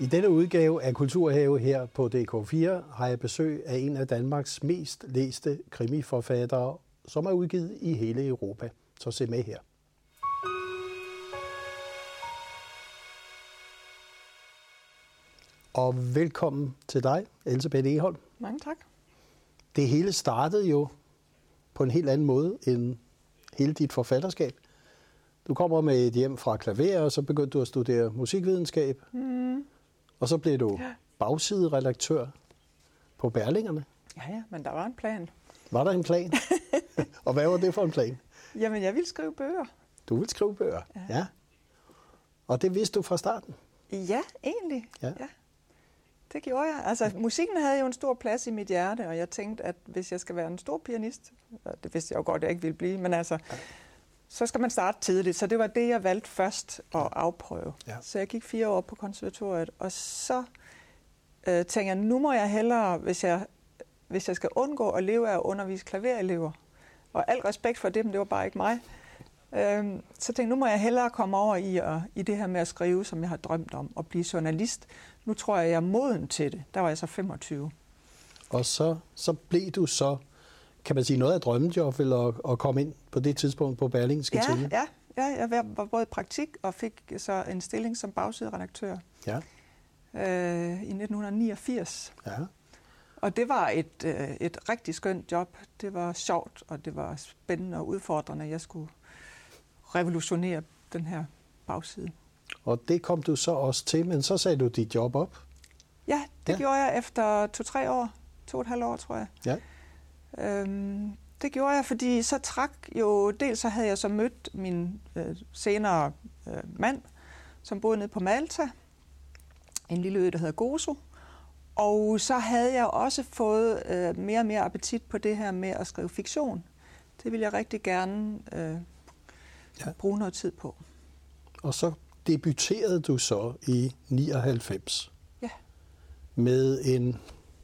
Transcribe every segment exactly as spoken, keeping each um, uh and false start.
I denne udgave af Kulturhave her på D K fire har jeg besøg af en af Danmarks mest læste krimiforfattere, som er udgivet i hele Europa. Så se med her. Og velkommen til dig, Elsebeth Egholm. Mange tak. Det hele startede jo på en helt anden måde end hele dit forfatterskab. Du kommer med et hjem fra klaver, og så begyndte du at studere musikvidenskab. Mm. Og så blev du bagsideredaktør på Berlingerne. Ja, ja, men der var en plan. Var der en plan? Og hvad var det for en plan? Jamen, jeg ville skrive bøger. Du ville skrive bøger? Ja. ja. Og det vidste du fra starten? Ja, egentlig. Ja. ja. Det gjorde jeg. Altså, musikken havde jo en stor plads i mit hjerte, og jeg tænkte, at hvis jeg skal være en stor pianist, det vidste jeg jo godt, at jeg ikke ville blive, men altså, ja. så skal man starte tidligt. Så det var det, jeg valgte først at afprøve. Ja. Så jeg gik fire år på konservatoriet, og så øh, tænkte jeg, nu må jeg hellere, hvis jeg, hvis jeg skal undgå at leve af at undervise klaverelever, og al respekt for dem, det var bare ikke mig, øh, så tænkte jeg, nu må jeg hellere komme over i, og, i det her med at skrive, som jeg har drømt om, og blive journalist. Nu tror jeg, jeg er moden til det. Der var jeg så femogtyve. Og så, så blev du så, kan man sige, noget af drømmejob, eller at, at komme ind på det tidspunkt på Berlingske ja, Tidende? Ja, ja, jeg var både i praktik og fik så en stilling som bagsideredaktør ja. øh, i nitten niogfirs. Ja. Og det var et, øh, et rigtig skønt job. Det var sjovt, og det var spændende og udfordrende. Jeg skulle revolutionere den her bagside. Og det kom du så også til, men så sagde du dit job op? Ja, det ja. gjorde jeg efter to-tre år. To og et halvt år, tror jeg. Ja. Øhm, det gjorde jeg, fordi så trak jo... Dels så havde jeg så mødt min øh, senere øh, mand, som boede nede på Malta. En lille ø, der hedder Gozo. Og så havde jeg også fået øh, mere og mere appetit på det her med at skrive fiktion. Det ville jeg rigtig gerne øh, ja. bruge noget tid på. Og så debuterede du så i nioghalvfems. Ja. Med en...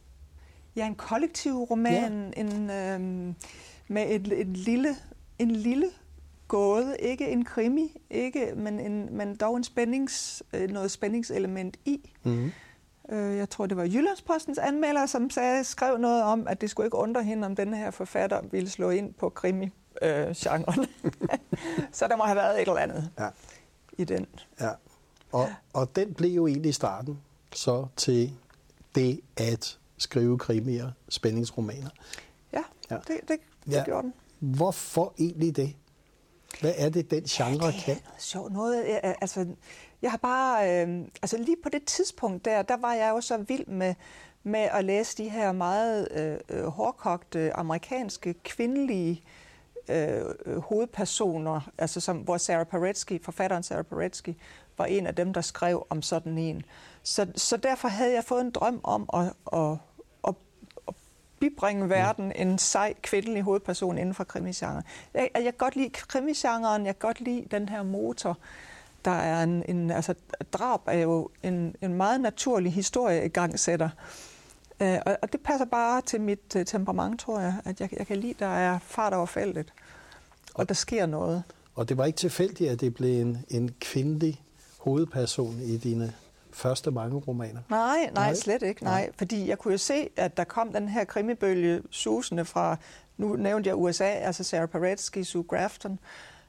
Ja, en kollektiv roman, ja. en, øh, med et, et lille, en lille gåde, ikke en krimi, ikke, men, en, men dog en spændings, noget spændingselement i. Mm-hmm. Øh, jeg tror, det var Jyllandspostens anmelder, som sagde, skrev noget om, at det skulle ikke undre hende, om denne her forfatter ville slå ind på krimi-genren. Øh, Så der må have været et eller andet ja. i den. Ja. Og, og den blev jo egentlig starten så til det at skrive krimier, spændingsromaner. Ja, ja. det, det, det ja. gjorde den. Hvorfor egentlig det? Hvad er det, den genre ja, det kan? Det er sjovt noget. Altså, jeg har bare... Øh, altså lige på det tidspunkt der, der var jeg jo så vild med, med at læse de her meget øh, hårdkogte amerikanske kvindelige øh, hovedpersoner, altså som, hvor Sarah Paretsky, forfatteren Sarah Paretsky, var en af dem, der skrev om sådan en. Så, så derfor havde jeg fået en drøm om at, at, at, at bibringe verden mm. en sej kvindelig hovedperson inden for krimigenren. Jeg, jeg kan godt lide krimigenren, jeg kan godt lide den her motor. Der er en, en altså drab er jo en, en meget naturlig historie i gangsætter. Uh, og, og det passer bare til mit uh, temperament, tror jeg, at jeg, jeg kan lide, der er fart over feltet, og, og der sker noget. Og det var ikke tilfældigt, at det blev en, en kvindelig hovedperson i dine første mange romaner? Nej, nej, nej. slet ikke. Nej. nej. Fordi jeg kunne jo se, at der kom den her krimibølge susende fra, nu nævnte jeg U S A, altså Sarah Paretsky, Sue Grafton.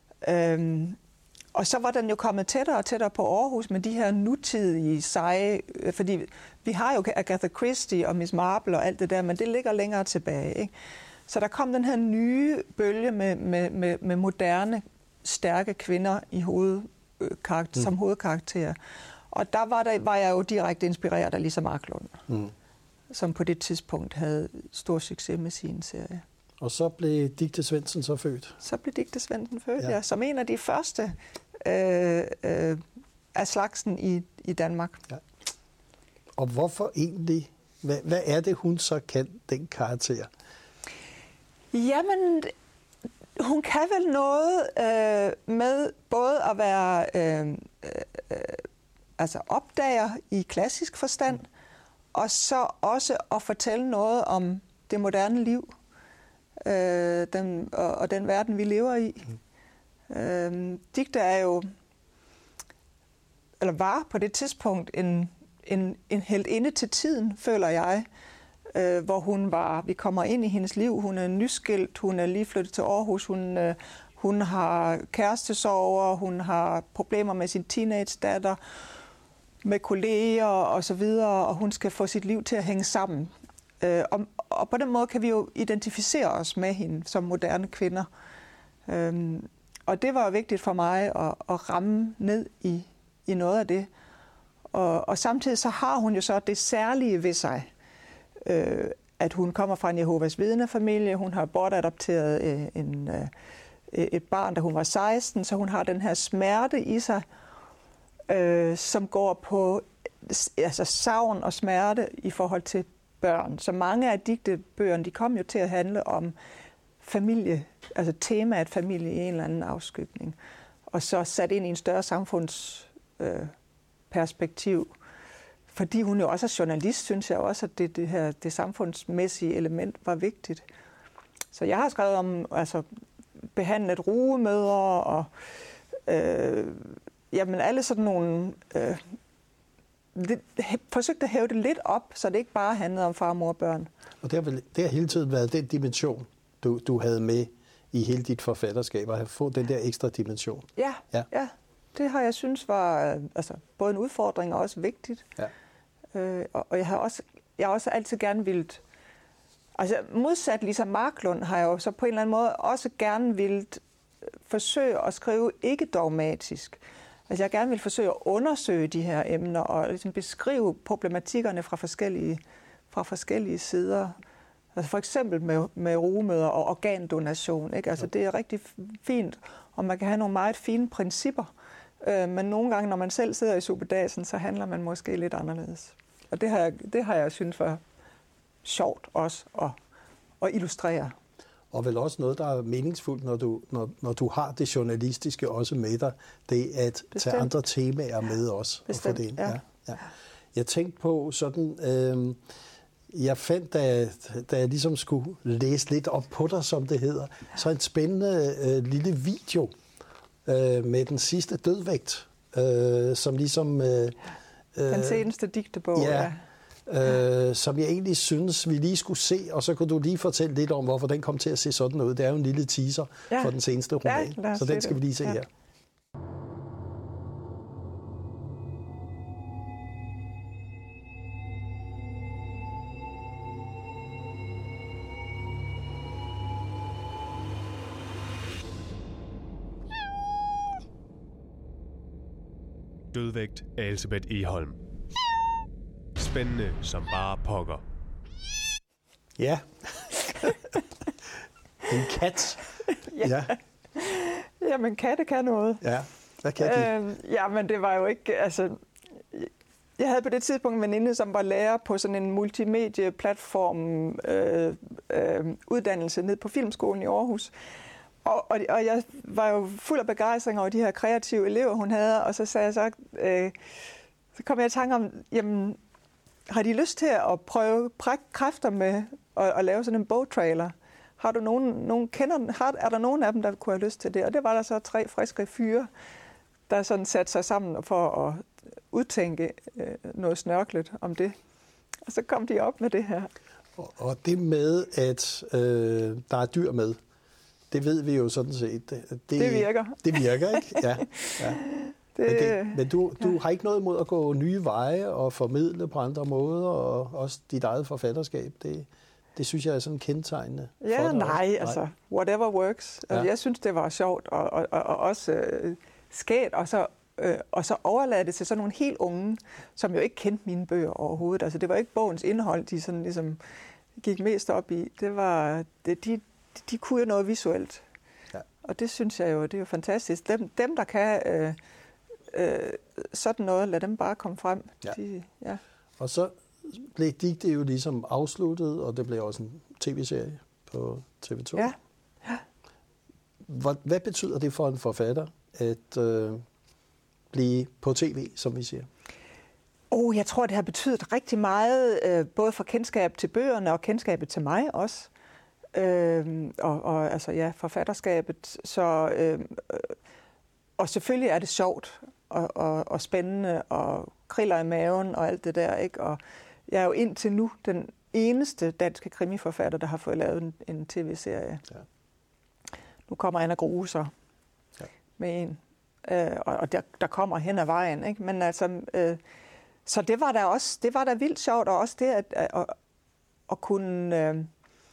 Øhm, og så var den jo kommet tættere og tættere på Aarhus med de her nutidige seje, fordi vi har jo Agatha Christie og Miss Marple og alt det der, men det ligger længere tilbage, ikke? Så der kom den her nye bølge med, med, med, med moderne, stærke kvinder i hoved, karakter, mm. som hovedkarakterer. Og der var, der var jeg jo direkte inspireret af Lisa Marklund, mm. som på det tidspunkt havde stor succes med sin serie. Og så blev Dicte Svendsen så født? Så blev Dicte Svendsen født, ja. ja. Som en af de første øh, øh, af slagsen i, i Danmark. Ja. Og hvorfor egentlig? Hvad, hvad er det, hun så kan, den karakter? Jamen, hun kan vel noget øh, med både at være øh, øh, altså opdager i klassisk forstand, mm. og så også at fortælle noget om det moderne liv øh, den, og, og den verden, vi lever i. Mm. Øh, Dicte er jo, eller var på det tidspunkt, en, en, en heltinde til tiden, føler jeg, øh, hvor hun var, vi kommer ind i hendes liv, hun er nyskilt, hun er lige flyttet til Aarhus, hun, øh, hun har kærestesorger, hun har problemer med sin teenage-datter, med kolleger og så videre, og hun skal få sit liv til at hænge sammen. Øh, og, og på den måde kan vi jo identificere os med hende som moderne kvinder. Øhm, og det var vigtigt for mig at, at ramme ned i, i noget af det. Og, og samtidig så har hun jo så det særlige ved sig, øh, at hun kommer fra en Jehovas vidnefamilie, hun har bortadopteret øh, en, øh, et barn, da hun var seksten, så hun har den her smerte i sig, øh, som går på altså savn og smerte i forhold til børn. Så mange af digtebøgerne, de kom jo til at handle om familie, altså temaet familie i en eller anden afskygning, og så sat ind i en større samfundsperspektiv. Øh, Fordi hun jo også er journalist, synes jeg også, at det, det her det samfundsmæssige element var vigtigt. Så jeg har skrevet om altså behandlet rugemødre og øh, jamen alle sådan nogle øh, det, forsøgt at hæve det lidt op, så det ikke bare handlede om far, mor og børn. Og det har, vel, det har hele tiden været den dimension, du, du havde med i hele dit forfatterskab, at få den der ekstra dimension. Ja, ja. ja. Det har jeg synes var altså, både en udfordring og også vigtigt. Ja. Øh, og, og jeg har også, jeg har også altid gerne vildt, altså modsat Lisa Marklund har jeg jo så på en eller anden måde også gerne vildt forsøge at skrive ikke dogmatisk. Altså jeg gerne vil forsøge at undersøge de her emner og ligesom beskrive problematikkerne fra forskellige, fra forskellige sider. Altså for eksempel med, med rugemødre og organdonation. Ikke? Altså det er rigtig fint, og man kan have nogle meget fine principper. Øh, men nogle gange, når man selv sidder i suppedasen, så handler man måske lidt anderledes. Og det har jeg, det har jeg synes var sjovt også at, at illustrere. Og vel også noget, der er meningsfuldt, når du, når, når du har det journalistiske også med dig, det er at Bestemt. tage andre temaer med os. Bestemt, og få det ind. Ja. Ja, ja. Jeg tænkte på sådan, øh, jeg fandt, da, da jeg ligesom skulle læse lidt op på dig, som det hedder, så en spændende øh, lille video øh, med den sidste dødvægt, øh, som ligesom... Øh, den seneste digtebog, ja. ja. Øh, som jeg egentlig synes, vi lige skulle se, og så kunne du lige fortælle lidt om, hvorfor den kom til at se sådan ud. Det er jo en lille teaser ja. for den seneste roman, ja, så den skal vi lige se ja. her. Dødvægt af Elsebeth Egholm. Spændende som bare pokker. Ja. En kat. ja. ja. Jamen, katte kan noget. Ja, hvad kan de? Øh, jamen, det var jo ikke... Altså, jeg havde på det tidspunkt en veninde, som var lærer på sådan en multimedieplatform øh, øh, uddannelse ned på Filmskolen i Aarhus. Og, og, og jeg var jo fuld af begejstring over de her kreative elever, hun havde. Og så sagde jeg så... Øh, så kom jeg i tanke om, jamen... Har de lyst til at prøve prække kræfter med at, at lave sådan en bogtrailer? Har du nogen, nogen kender, har, er der nogen af dem, der kunne have lyst til det? Og det var der så tre friske fyre, der sådan satte sig sammen for at udtænke øh, noget snørklet om det. Og så kom de op med det her. Og, og det med, at øh, der er dyr med, det ved vi jo sådan set. Det, det virker. Det virker, ikke? Ja, ja. Det, men det, men du, du ja. har ikke noget imod at gå nye veje og formidle på andre måder, og også dit eget forfatterskab. Det, det synes jeg er sådan kendetegnende. Ja, for nej, nej, altså whatever works. Ja. Jeg synes, det var sjovt og, og, og, og også øh, skægt, og så, øh, og så overlade det til sådan nogle helt unge, som jo ikke kendte mine bøger overhovedet. Altså det var ikke bogens indhold, de sådan ligesom gik mest op i. Det var, det, de, de kunne jo noget visuelt. Ja. Og det synes jeg jo, det er jo fantastisk. Dem, dem der kan... Øh, Øh, sådan noget, lad dem bare komme frem. Ja. De, ja. Og så blev digtet jo ligesom afsluttet, og det blev også en tv-serie på T V to. Ja. Ja. Hvad, hvad betyder det for en forfatter at øh, blive på tv, som vi siger? Oh, jeg tror, det har betydet rigtig meget, øh, både for kendskab til bøgerne og kendskabet til mig også. Øh, og, og altså ja, forfatterskabet. Så, øh, og selvfølgelig er det sjovt og, og, og spændende og kriller i maven og alt det der, ikke? Og jeg er jo indtil nu den eneste danske krimiforfatter, der har fået lavet en, en tv-serie. Ja. Nu kommer Anna Grue så ja. med en, øh, og, og der, der kommer hen ad vejen, ikke? Men altså, øh, så det var da også, det var da vildt sjovt, og også det at, at, at, at kunne, øh,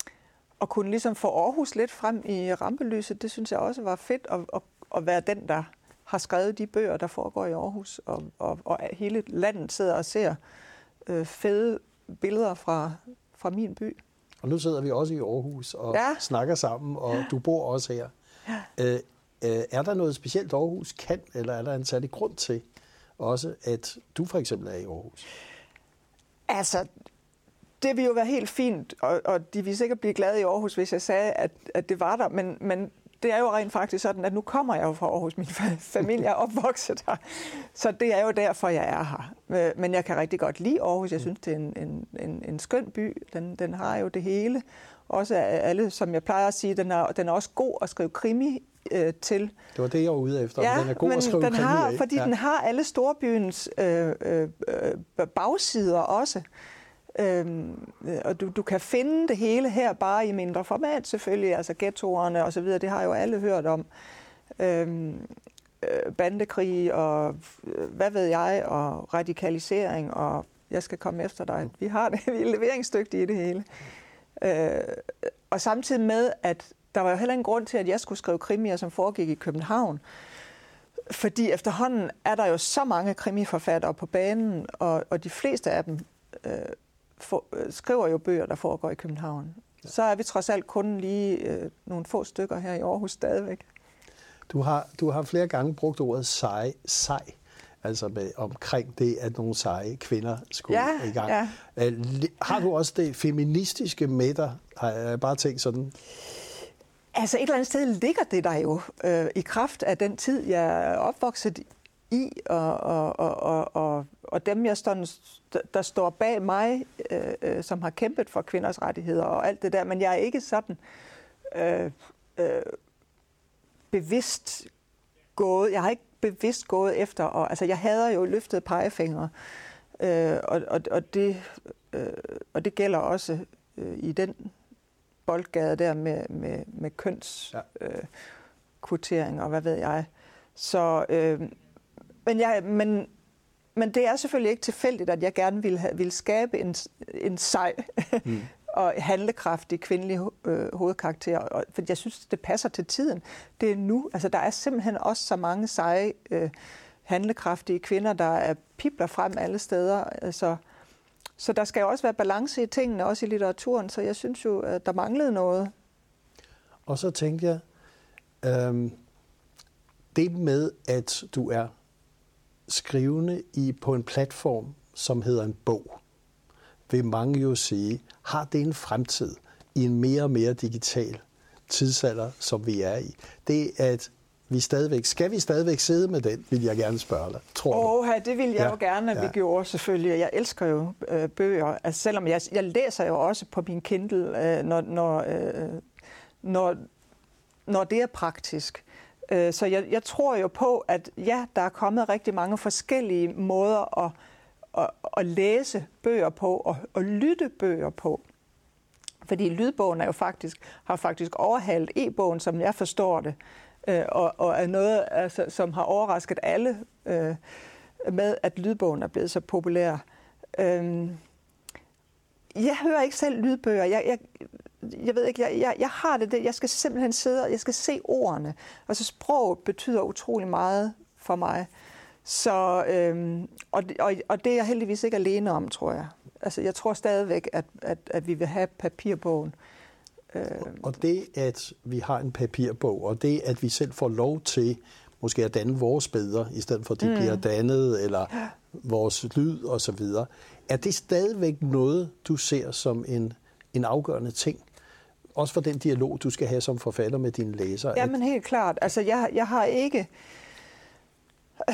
at kunne ligesom få Aarhus lidt frem i rampelyset, det synes jeg også var fedt at, at, at være den, der har skrevet de bøger, der foregår i Aarhus, og, og, og hele landet sidder og ser øh, fede billeder fra, fra min by. Og nu sidder vi også i Aarhus og ja. snakker sammen, og du bor også her. Ja. Øh, øh, er der noget specielt Aarhus kan, eller er der en særlig grund til også, at du for eksempel er i Aarhus? Altså, det vil jo være helt fint, og, og de vil sikkert blive glade i Aarhus, hvis jeg sagde, at, at det var der, men, men det er jo rent faktisk sådan, at nu kommer jeg jo fra Aarhus. Min familie er opvokset her. Så det er jo derfor, jeg er her. Men jeg kan rigtig godt lide Aarhus. Jeg synes, det er en, en, en, en skøn by. Den, den har jo det hele. Også alle, som jeg plejer at sige, den er, den er også god at skrive krimi øh, til. Det var det, jeg var ude efter. Ja, den er god men at skrive den krimi har, af. Fordi ja. den har alle storbyens øh, øh, bagsider også. Øhm, og du, du kan finde det hele her bare i mindre format selvfølgelig, altså ghettoerne og så videre, det har jo alle hørt om. Øhm, øh, bandekrig og øh, hvad ved jeg, og radikalisering, og jeg skal komme efter dig. Vi har det, vi er leveringsdygtige i det hele. Øh, og samtidig med, at der var jo heller ingen grund til, at jeg skulle skrive krimier, som foregik i København. Fordi efterhånden er der jo så mange krimiforfattere på banen, og, og de fleste af dem øh, For, øh, skriver jo bøger, der foregår i København. Ja. Så er vi trods alt kun lige øh, nogle få stykker her i Aarhus stadigvæk. Du har, du har flere gange brugt ordet sej, sej, altså med, omkring det, at nogle seje kvinder skulle ja, i gang. Ja. Har du også det feministiske med dig? Har jeg bare tænkt sådan? Altså et eller andet sted ligger det der jo øh, i kraft af den tid, jeg er opvokset i, og, og, og, og, og, og dem, jeg står, der står bag mig, øh, øh, som har kæmpet for kvinders rettigheder og alt det der, men jeg er ikke sådan øh, øh, bevidst gået, jeg har ikke bevidst gået efter, og, altså jeg hader jo løftede pegefingre, øh, og, og, og, det, øh, og det gælder også øh, i den boldgade der med, med, med kønskvotering øh, og hvad ved jeg. Så øh, Men, jeg, men, men det er selvfølgelig ikke tilfældigt, at jeg gerne ville, have, ville skabe en, en sej mm. og handlekraftig kvindelig øh, hovedkarakter, og, for jeg synes, det passer til tiden. Det er nu. Altså, der er simpelthen også så mange seje, øh, handlekraftige kvinder, der er pibler frem alle steder. Altså, så der skal jo også være balance i tingene, også i litteraturen, så jeg synes jo, at der manglede noget. Og så tænkte jeg, øh, det med, at du er skrivende i, på en platform, som hedder en bog, vil mange jo sige, har det en fremtid i en mere og mere digital tidsalder, som vi er i? Det at vi stadigvæk, skal vi stadigvæk sidde med den, vil jeg gerne spørge dig. Tror du? Åh, det vil jeg ja. jo gerne, at vi ja. gjorde selvfølgelig. Jeg elsker jo øh, bøger, altså, selvom jeg, jeg læser jo også på min Kindle, øh, når, når, øh, når, når det er praktisk. Så jeg, jeg tror jo på, at ja, der er kommet rigtig mange forskellige måder at, at, at læse bøger på og at lytte bøger på. Fordi lydbogen er jo faktisk, har faktisk overhalet e-bogen, som jeg forstår det, og, og er noget, altså, som har overrasket alle øh, med, at lydbogen er blevet så populær. Øh, jeg hører ikke selv lydbøger. Jeg, jeg, Jeg ved ikke, jeg, jeg, jeg har det, det, jeg skal simpelthen sidde og jeg skal se ordene. Altså sproget betyder utrolig meget for mig. Så, øhm, og, og, og det er jeg heldigvis ikke alene om, tror jeg. Altså jeg tror stadigvæk, at, at, at vi vil have papirbogen. Øhm. Og det, at vi har en papirbog, og det, at vi selv får lov til måske at danne vores billeder, i stedet for at de mm. bliver dannet, eller ja. vores lyd og så videre, er det stadigvæk noget, du ser som en, en afgørende ting? Også for den dialog, du skal have som forfatter med dine læsere. Jamen helt klart. Altså jeg, jeg har ikke... Øh,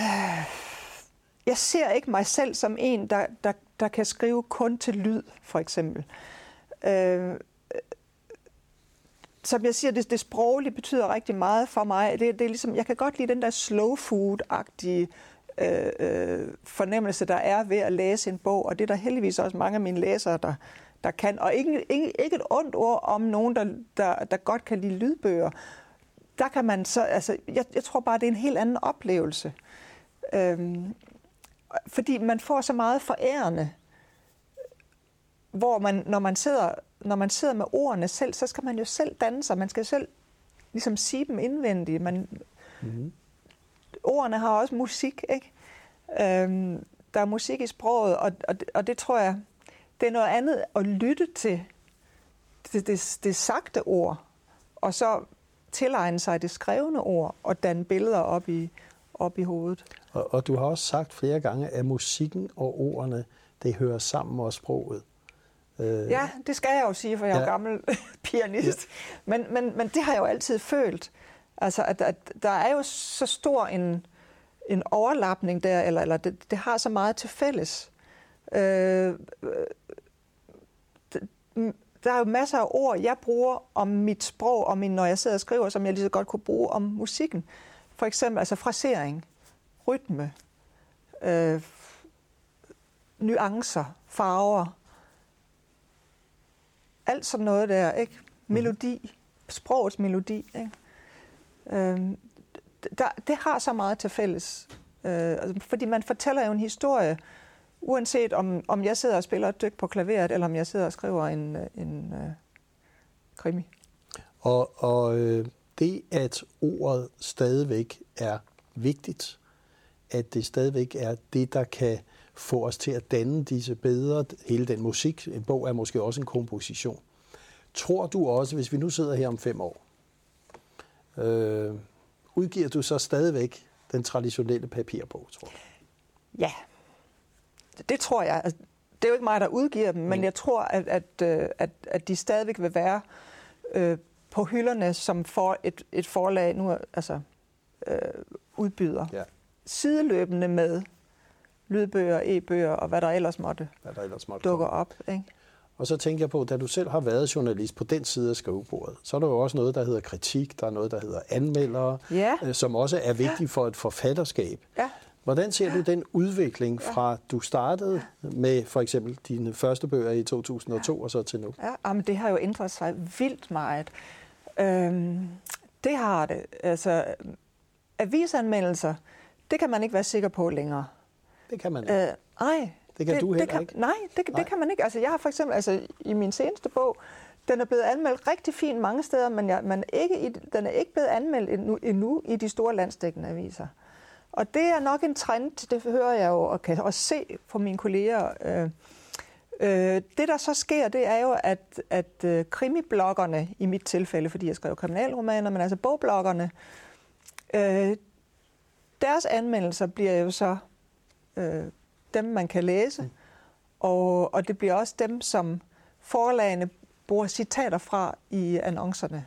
jeg ser ikke mig selv som en, der, der, der kan skrive kun til lyd, for eksempel. Øh, som jeg siger, det, det sproglige betyder rigtig meget for mig. Det, det er ligesom, jeg kan godt lide den der slow food-agtige øh, øh, fornemmelse, der er ved at læse en bog, og det er der heldigvis også mange af mine læsere, der, der kan. Og ikke, ikke, ikke et ondt ord om nogen, der, der, der godt kan lide lydbøger. Der kan man så, altså, jeg, jeg tror bare, det er en helt anden oplevelse. Øhm, fordi man får så meget forærende, hvor man, når man sidder, når man sidder med ordene selv, så skal man jo selv danne sig. Man skal selv ligesom sige dem indvendigt. Man, mm-hmm. Ordene har også musik, ikke? Øhm, der er musik i sproget, og, og, og det tror jeg, det er noget andet at lytte til det, det, det sagte ord, og så tilegne sig det skrevne ord og danne billeder op i, op i hovedet. Og, og du har også sagt flere gange, at musikken og ordene, det hører sammen med sproget. Øh... Ja, det skal jeg jo sige, for jeg er ja. gammel pianist. Ja. Men, men, men det har jeg jo altid følt. Altså, at, at der er jo så stor en, en overlapning der, eller, eller det, det har så meget til fælles. Øh, det, der er jo masser af ord, jeg bruger om mit sprog, og min, når jeg sidder og skriver, som jeg lige så godt kunne bruge om musikken. For eksempel altså frasering, rytme, øh, nuancer, farver. Alt sådan noget der, ikke? Melodi, sprogets melodi, ikke? Øhm, der, det har så meget til fælles. Øh, fordi man fortæller jo en historie, uanset om, om jeg sidder og spiller et dyk på klaveret, eller om jeg sidder og skriver en, en uh, krimi. Og, og øh, det, at ordet stadigvæk er vigtigt, at det stadigvæk er det, der kan få os til at danne disse bedre, hele den musik. En bog er måske også en komposition. Tror du også, hvis vi nu sidder her om fem år, øh, udgiver du så stadigvæk den traditionelle papirbog, tror du? Ja, det tror jeg. Altså, det er jo ikke mig, der udgiver dem, men jeg tror, at, at, at, at de stadigvæk vil være øh, på hylderne, som for et, et forlag nu altså, øh, udbyder. Ja. Sideløbende med lydbøger, e-bøger og hvad der ellers måtte, hvad der ellers måtte dukke op. Ikke? Og så tænker jeg på, da du selv har været journalist på den side af skrivebordet, så er der jo også noget, der hedder kritik, der er noget, der hedder anmeldere, ja. øh, som også er vigtigt ja. for et forfatterskab. Ja. Hvordan ser du den udvikling fra du startede med for eksempel dine første bøger i to tusind og to og så til nu? Ja, men det har jo ændret sig vildt meget. Øhm, det har det. Altså, avisanmeldelser, det kan man ikke være sikker på længere. Det kan man ikke. Øh, ej. Det kan det, du heller det kan, ikke? Nej, det, nej, det kan man ikke. Altså, jeg har for eksempel, altså, i min seneste bog, den er blevet anmeldt rigtig fint mange steder, men jeg, man ikke, den er ikke blevet anmeldt endnu, endnu i de store landsdækkende aviser. Og det er nok en trend, det hører jeg jo, og kan også se på mine kolleger. Øh, øh, det, der så sker, det er jo, at, at øh, krimibloggerne, i mit tilfælde, fordi jeg skrev kriminalromaner, men altså bogbloggerne, øh, deres anmeldelser bliver jo så øh, dem, man kan læse, mm. og, og det bliver også dem, som forlagene bruger citater fra i annoncerne,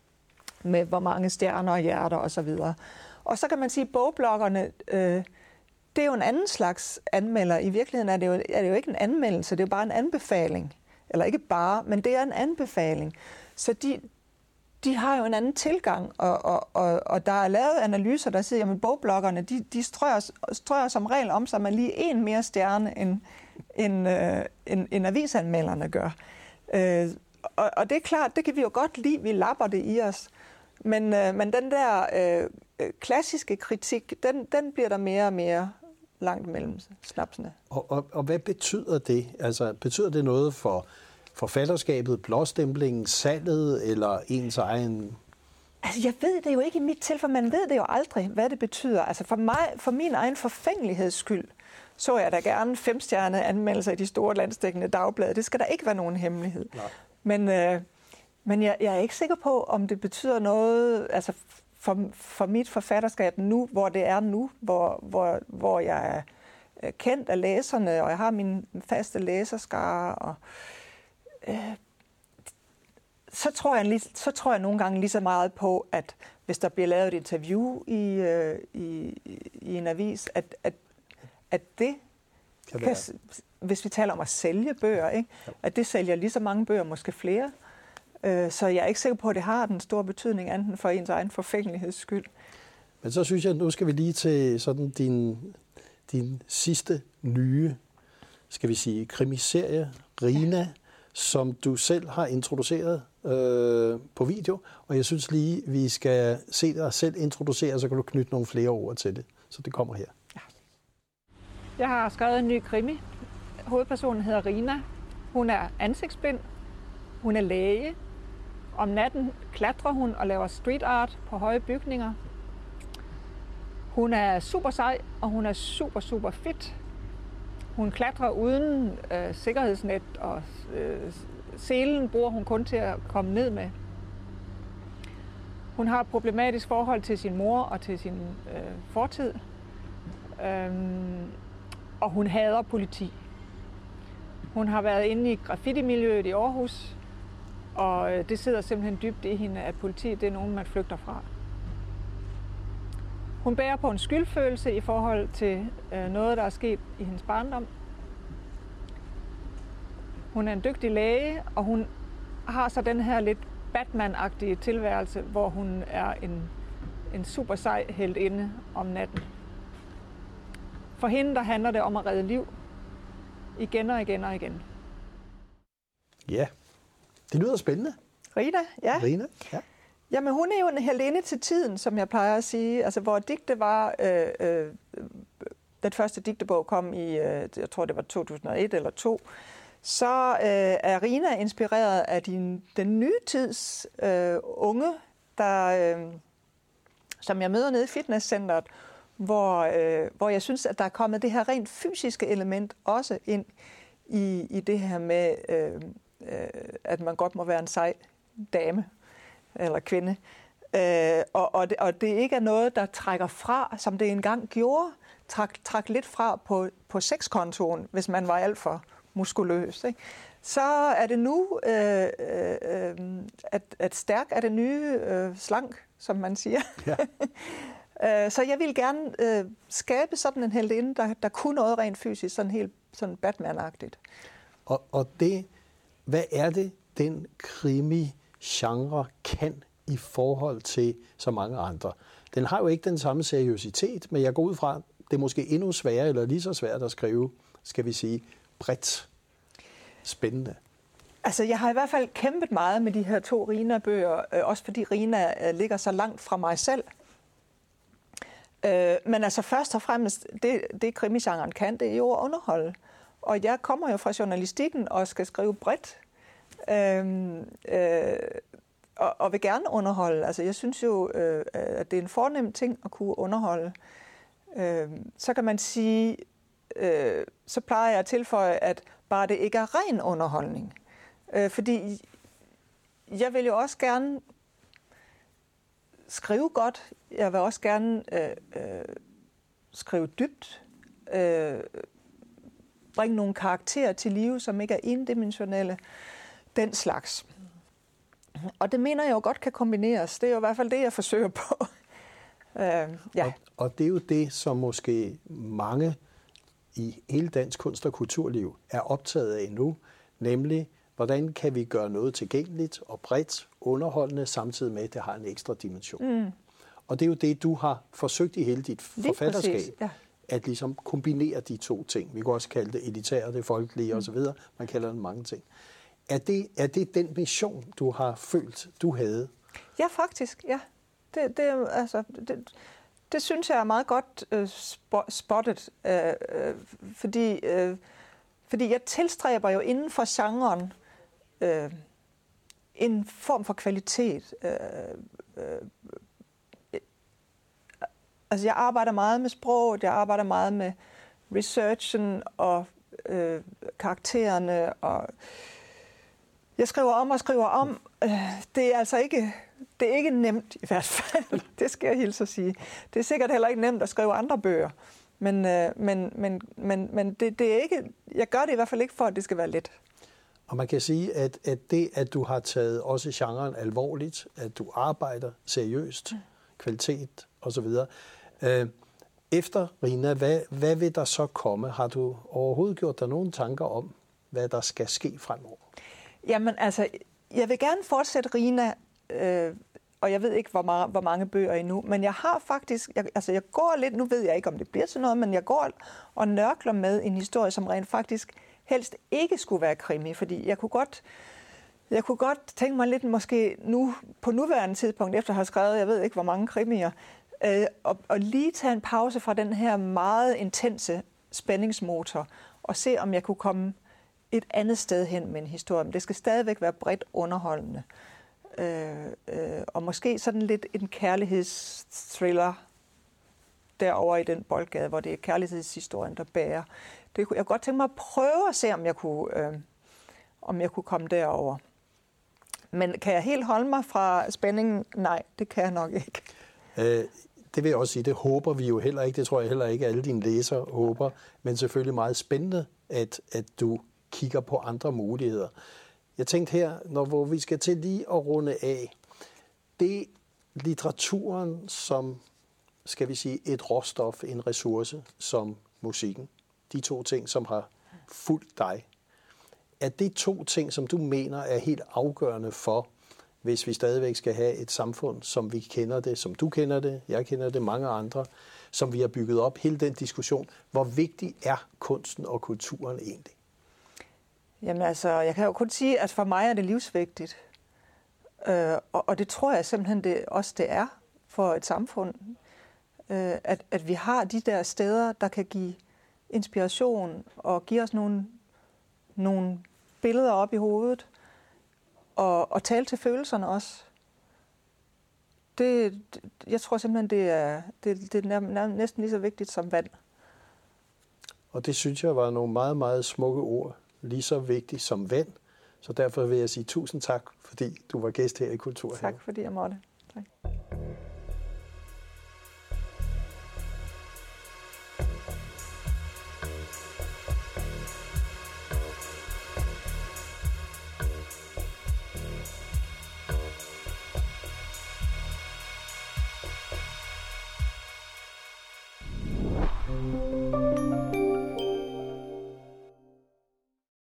med hvor mange stjerner og hjerter osv. Og så kan man sige, at bogbloggerne, øh, det er jo en anden slags anmelder. I virkeligheden er det, jo, er det jo ikke en anmeldelse, det er jo bare en anbefaling. Eller ikke bare, men det er en anbefaling. Så de, de har jo en anden tilgang, og, og, og, og der er lavet analyser, der siger, at bogbloggerne, de, de strøger, strøger som regel om sig med lige en mere stjerne, end, end, øh, end, end avisanmelderne gør. Øh, og, og det er klart, det kan vi jo godt lide, vi lapper det i os. Men, øh, men den der øh, klassiske kritik, den, den bliver der mere og mere langt mellem snapsene. Og, og, og hvad betyder det? Altså, betyder det noget for forfatterskabet, blåstemplingen, salget eller ens egen? Altså, jeg ved det jo ikke i mit tilfælde. Man ved det jo aldrig, hvad det betyder. Altså, for mig, for min egen forfængeligheds skyld, så jeg da gerne femstjernede anmeldelser i de store landsdækkende dagblade. Det skal der ikke være nogen hemmelighed. Nej. Men, øh, men jeg, jeg er ikke sikker på, om det betyder noget altså for, for mit forfatterskab nu, hvor det er nu, hvor, hvor, hvor jeg er kendt af læserne, og jeg har min faste læserskare. Og, øh, så, tror jeg, så tror jeg nogle gange lige så meget på, at hvis der bliver lavet et interview i, øh, i, i en avis, at, at, at det, kan kan, hvis vi taler om at sælge bøger, ikke? At det sælger lige så mange bøger, måske flere. Så jeg er ikke sikker på, at det har den store betydning, anden for ens egen forfængeligheds skyld. Men så synes jeg, at nu skal vi lige til sådan din, din sidste nye, skal vi sige, krimiserie, Rina, ja. som du selv har introduceret øh, på video. Og jeg synes lige, vi skal se dig selv introducere, så kan du knytte nogle flere ord til det. Så det kommer her. Ja. Jeg har skrevet en ny krimi. Hovedpersonen hedder Rina. Hun er ansigtsblind. Hun er læge. Om natten klatrer hun og laver street art på høje bygninger. Hun er super sej, og hun er super, super fit. Hun klatrer uden øh, sikkerhedsnet, og øh, selen bruger hun kun til at komme ned med. Hun har et problematisk forhold til sin mor og til sin øh, fortid. Øhm, og hun hader politi. Hun har været inde i graffiti-miljøet i Aarhus, og øh, det sidder simpelthen dybt i hende, at politi det er nogen, man flygter fra. Hun bærer på en skyldfølelse i forhold til øh, noget, der er sket i hendes barndom. Hun er en dygtig læge, og hun har så den her lidt Batman-agtige tilværelse, hvor hun er en, en super sej heltinde om natten. For hende, der handler det om at redde liv. Igen og igen og igen. Ja, det lyder spændende. Rina, ja. Rina, ja. Jamen, hun er jo en heltinde til tiden, som jeg plejer at sige. Altså, hvor digte var... Øh, øh, den første digtebog kom i, øh, jeg tror, det var to tusind og et eller to. Så øh, er Rina inspireret af din, den nye tids øh, unge, der, øh, som jeg møder nede i fitnesscenteret, hvor, øh, hvor jeg synes, at der er kommet det her rent fysiske element også ind i, i det her med, øh, øh, at man godt må være en sej dame eller kvinde. Øh, og, og, det, og det ikke er noget, der trækker fra, som det engang gjorde, træk, træk lidt fra på, på sexkontoen, hvis man var alt for muskuløs. Ikke? Så er det nu, øh, øh, at, at stærk er det nye øh, slank, som man siger. Ja. Så jeg vil gerne øh, skabe sådan en heltinde, der, der kunne noget rent fysisk, sådan helt sådan Batman-agtigt. Og, og det, hvad er det, den krimi-genre kan i forhold til så mange andre? Den har jo ikke den samme seriøsitet, men jeg går ud fra, det er måske endnu sværere, eller lige så svært at skrive, skal vi sige, bredt spændende. Altså, jeg har i hvert fald kæmpet meget med de her to Rina-bøger, øh, også fordi Rina øh, ligger så langt fra mig selv. Øh, men altså først og fremmest, det, det krimigenren kan, det er jo at underholde. Og jeg kommer jo fra journalistikken og skal skrive bredt, øh, øh, og, og vil gerne underholde. Altså jeg synes jo, øh, at det er en fornem ting at kunne underholde. Øh, så kan man sige, øh, så plejer jeg at tilføje, at bare det ikke er ren underholdning. Øh, fordi jeg vil jo også gerne skrive godt. Jeg vil også gerne øh, øh, skrive dybt. Øh, bringe nogle karakterer til live, som ikke er endimensionelle. Den slags. Og det mener jeg jo godt kan kombineres. Det er jo i hvert fald det, jeg forsøger på. øh, ja. og, og det er jo det, som måske mange i hele dansk kunst- og kulturliv er optaget af nu. Nemlig, hvordan kan vi gøre noget tilgængeligt og bredt underholdende, samtidig med, at det har en ekstra dimension. Mm. Og det er jo det, du har forsøgt i hele dit Lige forfatterskab, præcis, ja. At ligesom kombinere de to ting. Vi kan også kalde det elitære, det folkelige mm. osv. Man kalder det mange ting. Er det, er det den mission, du har følt, du havde? Ja, faktisk, ja. Det, det, altså, det, det synes jeg er meget godt øh, spottet, øh, øh, fordi, øh, fordi jeg tilstræber jo inden for genren øh, en form for kvalitet. Øh, øh, altså jeg arbejder meget med sproget, jeg arbejder meget med researchen og øh, karaktererne, og jeg skriver om og skriver om. Det er altså ikke, det er ikke nemt i hvert fald, det skal jeg hilse at sige. Det er sikkert heller ikke nemt at skrive andre bøger, men, men, men, men, men det, det er ikke, jeg gør det i hvert fald ikke for, at det skal være let. Og man kan sige, at, at det, at du har taget også genren alvorligt, at du arbejder seriøst, kvalitet osv. Efter, Rina, hvad, hvad vil der så komme? Har du overhovedet gjort dig nogle tanker om, hvad der skal ske fremover? Jamen altså, jeg vil gerne fortsætte Rina, øh, og jeg ved ikke, hvor, meget, hvor mange bøger endnu, men jeg har faktisk, jeg, altså jeg går lidt, nu ved jeg ikke, om det bliver sådan noget, men jeg går og nørkler med en historie, som rent faktisk helst ikke skulle være krimi, fordi jeg kunne godt, jeg kunne godt tænke mig lidt måske nu, på nuværende tidspunkt, efter at have skrevet, jeg ved ikke, hvor mange krimier, øh, og, og lige tage en pause fra den her meget intense spændingsmotor, og se, om jeg kunne komme et andet sted hen med en historie. Men det skal stadigvæk være bredt underholdende. Øh, øh, og måske sådan lidt en kærlighedsthriller derover i den boldgade, hvor det er kærlighedshistorien, der bærer. Det kunne jeg godt tænke mig at prøve at se, om jeg kunne, øh, om jeg kunne komme derover. Men kan jeg helt holde mig fra spændingen? Nej, det kan jeg nok ikke. Øh, det vil jeg også sige, det håber vi jo heller ikke. Det tror jeg heller ikke, alle dine læsere håber. Men selvfølgelig meget spændende, at, at du kigger på andre muligheder. Jeg tænkte her, når hvor vi skal til lige at runde af, det litteraturen som, skal vi sige, et råstof, en ressource, som musikken. De to ting, som har fulgt dig. Er det to ting, som du mener er helt afgørende for, hvis vi stadigvæk skal have et samfund, som vi kender det, som du kender det, jeg kender det, mange andre, som vi har bygget op, hele den diskussion. Hvor vigtig er kunsten og kulturen egentlig? Jamen altså, jeg kan jo kun sige, at for mig er det livsvigtigt. Øh, og, og det tror jeg simpelthen det, også det er for et samfund. Øh, at, at vi har de der steder, der kan give inspiration og give os nogle, nogle billeder op i hovedet. Og, og tale til følelserne også. Det, jeg tror simpelthen, det er, det, det er næsten lige så vigtigt som vand. Og det synes jeg var nogle meget, meget smukke ord. Lige så vigtigt som vand. Så derfor vil jeg sige tusind tak, fordi du var gæst her i Kulturhaven. Tak fordi jeg måtte.